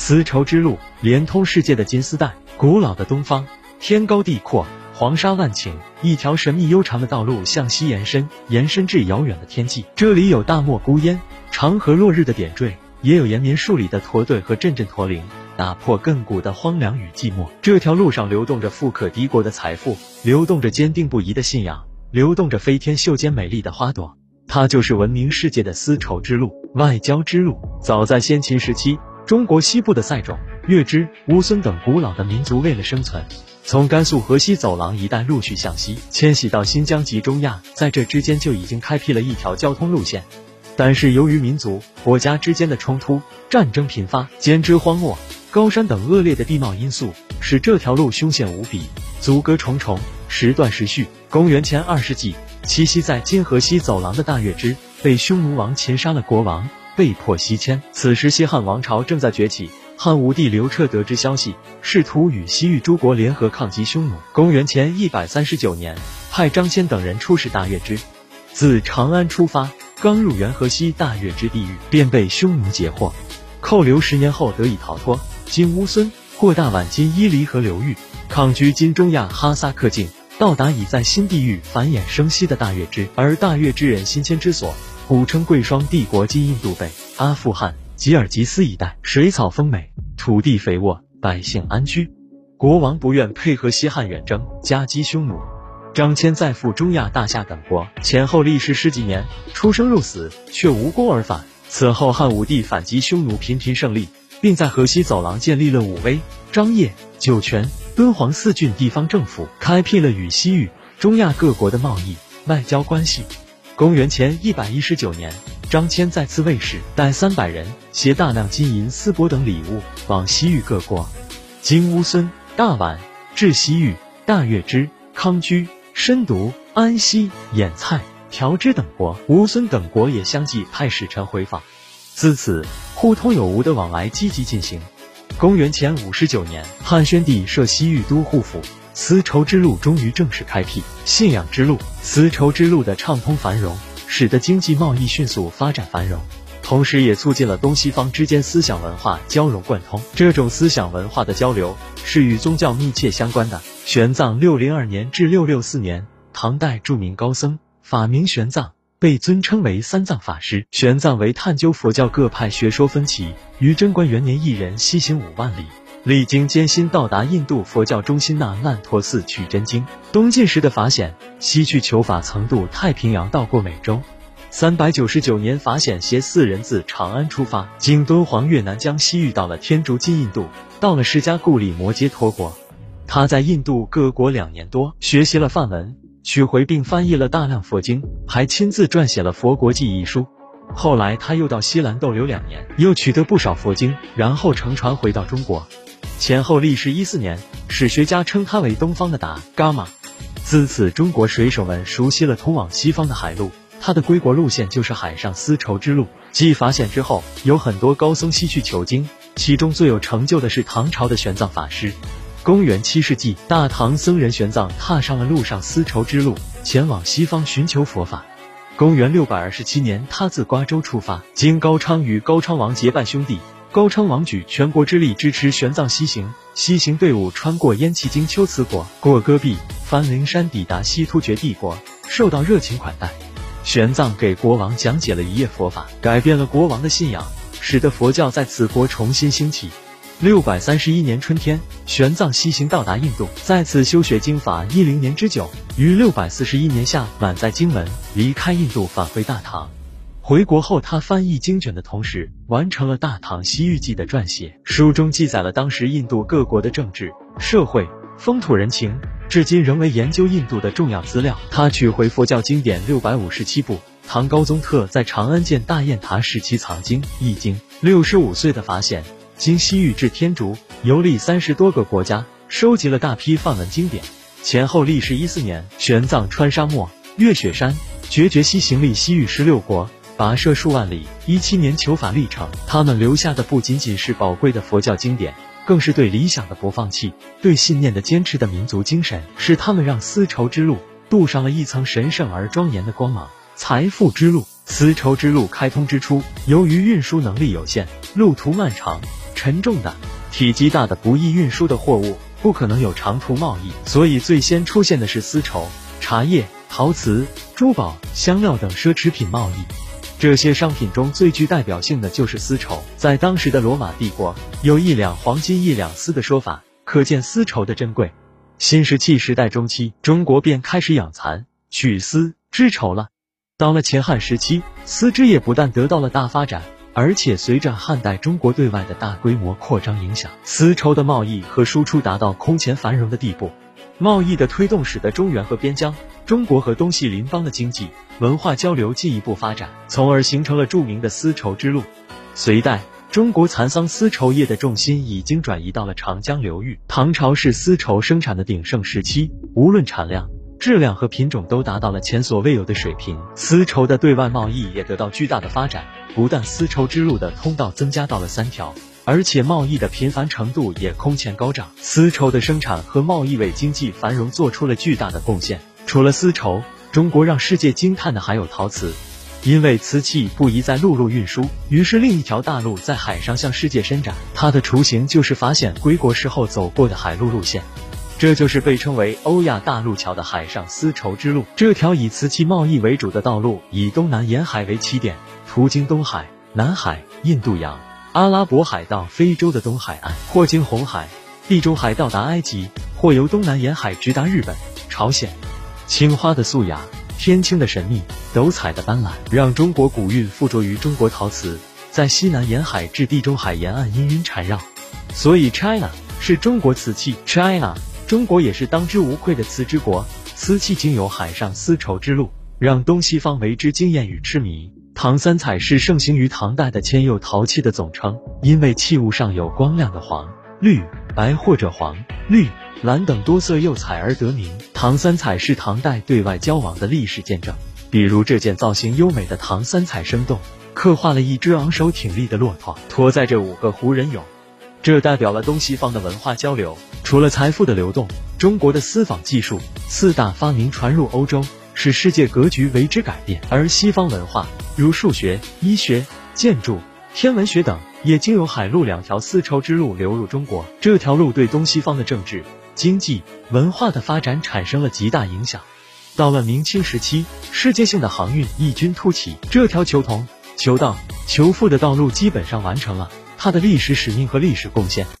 丝绸之路连通世界的金丝带，古老的东方，天高地阔，黄沙万顷，一条神秘悠长的道路向西延伸，延伸至遥远的天际。这里有大漠孤烟，长河落日的点缀，也有延绵数里的驼队和阵阵驼铃，打破亘古的荒凉与寂寞。这条路上流动着富可敌国的财富，流动着坚定不移的信仰，流动着飞天袖间美丽的花朵。它就是闻名世界的丝绸之路，外交之路。早在先秦时期，中国西部的塞种、月支、乌孙等古老的民族为了生存，从甘肃河西走廊一带陆续向西迁徙到新疆及中亚，在这之间就已经开辟了一条交通路线。但是由于民族、国家之间的冲突、战争频发、兼之荒漠、高山等恶劣的地貌因素，使这条路凶险无比，阻隔重重，时断时续。公元前2世纪，栖息在今河西走廊的大月支被匈奴王擒杀了国王，被迫西迁。此时西汉王朝正在崛起，汉武帝刘彻得知消息，试图与西域诸国联合抗击匈奴。公元前139年，派张骞等人出使大月支，自长安出发，刚入元河西大月支地域，便被匈奴截获，扣留10年后得以逃脱，经乌孙过大宛今伊犁和流域，抗居今中亚哈萨克境，到达已在新地域繁衍生息的大月支。而大月支人新迁之所，古称贵霜帝国今印度北、阿富汗、吉尔吉斯一带，水草丰美，土地肥沃，百姓安居。国王不愿配合西汉远征，夹击匈奴。张骞再赴中亚、大夏等国，前后历时10几年，出生入死，却无功而返。此后汉武帝反击匈奴频频胜利，并在河西走廊建立了武威、张掖、酒泉、敦煌4郡地方政府，开辟了与西域、中亚各国的贸易、外交关系。公元前119年，张骞再次卫士，带300人，携大量金银丝帛等礼物，往西域各国，经乌孙、大宛，至西域、大月支、康居、深毒、安西、俨蔡、条支等国。乌孙等国也相继派使臣回访，自此互通有无的往来积极进行。公元前59年，汉宣帝设西域都护府，丝绸之路终于正式开辟。信仰之路，丝绸之路的畅通繁荣，使得经济贸易迅速发展繁荣，同时也促进了东西方之间思想文化交融贯通。这种思想文化的交流是与宗教密切相关的。玄奘602年至664年，唐代著名高僧，法名玄奘，被尊称为三藏法师。玄奘为探究佛教各派学说分歧，于贞观元年一人西行5万里，历经艰辛到达印度佛教中心那烂陀寺取真经。东晋时的法显，西去求法曾渡太平洋到过美洲。399年，法显携4人自长安出发，经敦煌越南江西遇到了天竺进印度，到了释迦故里摩揭陀国。他在印度各国2年多，学习了梵文，取回并翻译了大量佛经，还亲自撰写了《佛国记》一书。后来他又到西兰逗留2年，又取得不少佛经，然后乘船回到中国。前后历时14年，史学家称他为东方的达伽马。自此，中国水手们熟悉了通往西方的海路，他的归国路线就是海上丝绸之路。继法显之后，有很多高僧西去求经，其中最有成就的是唐朝的玄奘法师。公元7世纪，大唐僧人玄奘踏上了陆上丝绸之路，前往西方寻求佛法。公元627年，他自瓜州出发，经高昌与高昌王结拜兄弟，高昌王举全国之力支持玄奘西行。西行队伍穿过燕齐京龟兹国，过戈壁、翻灵山，抵达西突厥帝国，受到热情款待。玄奘给国王讲解了一夜佛法，改变了国王的信仰，使得佛教在此国重新兴起。631年春天，玄奘西行到达印度，在此修学经法10年之久，于641年夏满载经文，离开印度返回大唐。回国后，他翻译经卷的同时，完成了《大唐西域记》的撰写，书中记载了当时印度各国的政治、社会、风土人情，至今仍为研究印度的重要资料。他取回佛教经典657部。唐高宗特在长安建大雁塔使其藏经、译经。65岁的法显经西域至天竺，游历30多个国家，收集了大批梵文经典。前后历时14年，玄奘穿沙漠、越雪山，决绝西行历西域16国，跋涉数万里。17年求法历程，他们留下的不仅仅是宝贵的佛教经典，更是对理想的不放弃，对信念的坚持的民族精神，是他们让丝绸之路镀上了一层神圣而庄严的光芒。财富之路， 丝绸之路开通之初，由于运输能力有限，路途漫长、沉重的、体积大的不易运输的货物，不可能有长途贸易，所以最先出现的是丝绸、茶叶、陶瓷、珠宝、香料等奢侈品贸易。这些商品中最具代表性的就是丝绸。在当时的罗马帝国，有1两黄金1两丝的说法，可见丝绸的珍贵。新石器时代中期，中国便开始养蚕、取丝、织绸了。到了前汉时期，丝织业不但得到了大发展，而且随着汉代中国对外的大规模扩张影响，丝绸的贸易和输出达到空前繁荣的地步。贸易的推动使得中原和边疆、中国和东西邻邦的经济、文化交流进一步发展，从而形成了著名的丝绸之路。隋代，中国蚕桑丝绸业的重心已经转移到了长江流域。唐朝是丝绸生产的鼎盛时期，无论产量、质量和品种都达到了前所未有的水平，丝绸的对外贸易也得到巨大的发展。不但丝绸之路的通道增加到了3条，而且贸易的频繁程度也空前高涨。丝绸的生产和贸易为经济繁荣做出了巨大的贡献。除了丝绸，中国让世界惊叹的还有陶瓷。因为瓷器不宜在陆路运输，于是另一条大路在海上向世界伸展，它的雏形就是法显归国时候走过的海路路线。这就是被称为欧亚大陆桥的海上丝绸之路。这条以瓷器贸易为主的道路，以东南沿海为起点，途经东海、南海、印度洋、阿拉伯海到非洲的东海岸，或经红海、地中海到达埃及，或由东南沿海直达日本、朝鲜。青花的素雅，天青的神秘，斗彩的斑斓，让中国古韵附着于中国陶瓷，在西南沿海至地中海沿岸氤氲缠绕。所以 China 是中国瓷器 China， 中国也是当之无愧的瓷之国。瓷器经由海上丝绸之路，让东西方为之惊艳与痴迷。唐三彩是盛行于唐代的铅釉陶器的总称，因为器物上有光亮的黄、绿、白或者黄、绿、蓝等多色釉彩而得名。唐三彩是唐代对外交往的历史见证。比如这件造型优美的唐三彩生动，刻画了一只昂首挺立的骆驼，驮载着5个胡人俑。这代表了东西方的文化交流。除了财富的流动，中国的丝纺技术4大发明传入欧洲，使世界格局为之改变。而西方文化如数学、医学、建筑、天文学等，也经由海陆2条丝绸之路流入中国。这条路对东西方的政治、经济、文化的发展产生了极大影响。到了明清时期，世界性的航运异军突起，这条求同、求道、求富的道路基本上完成了它的历史使命和历史贡献。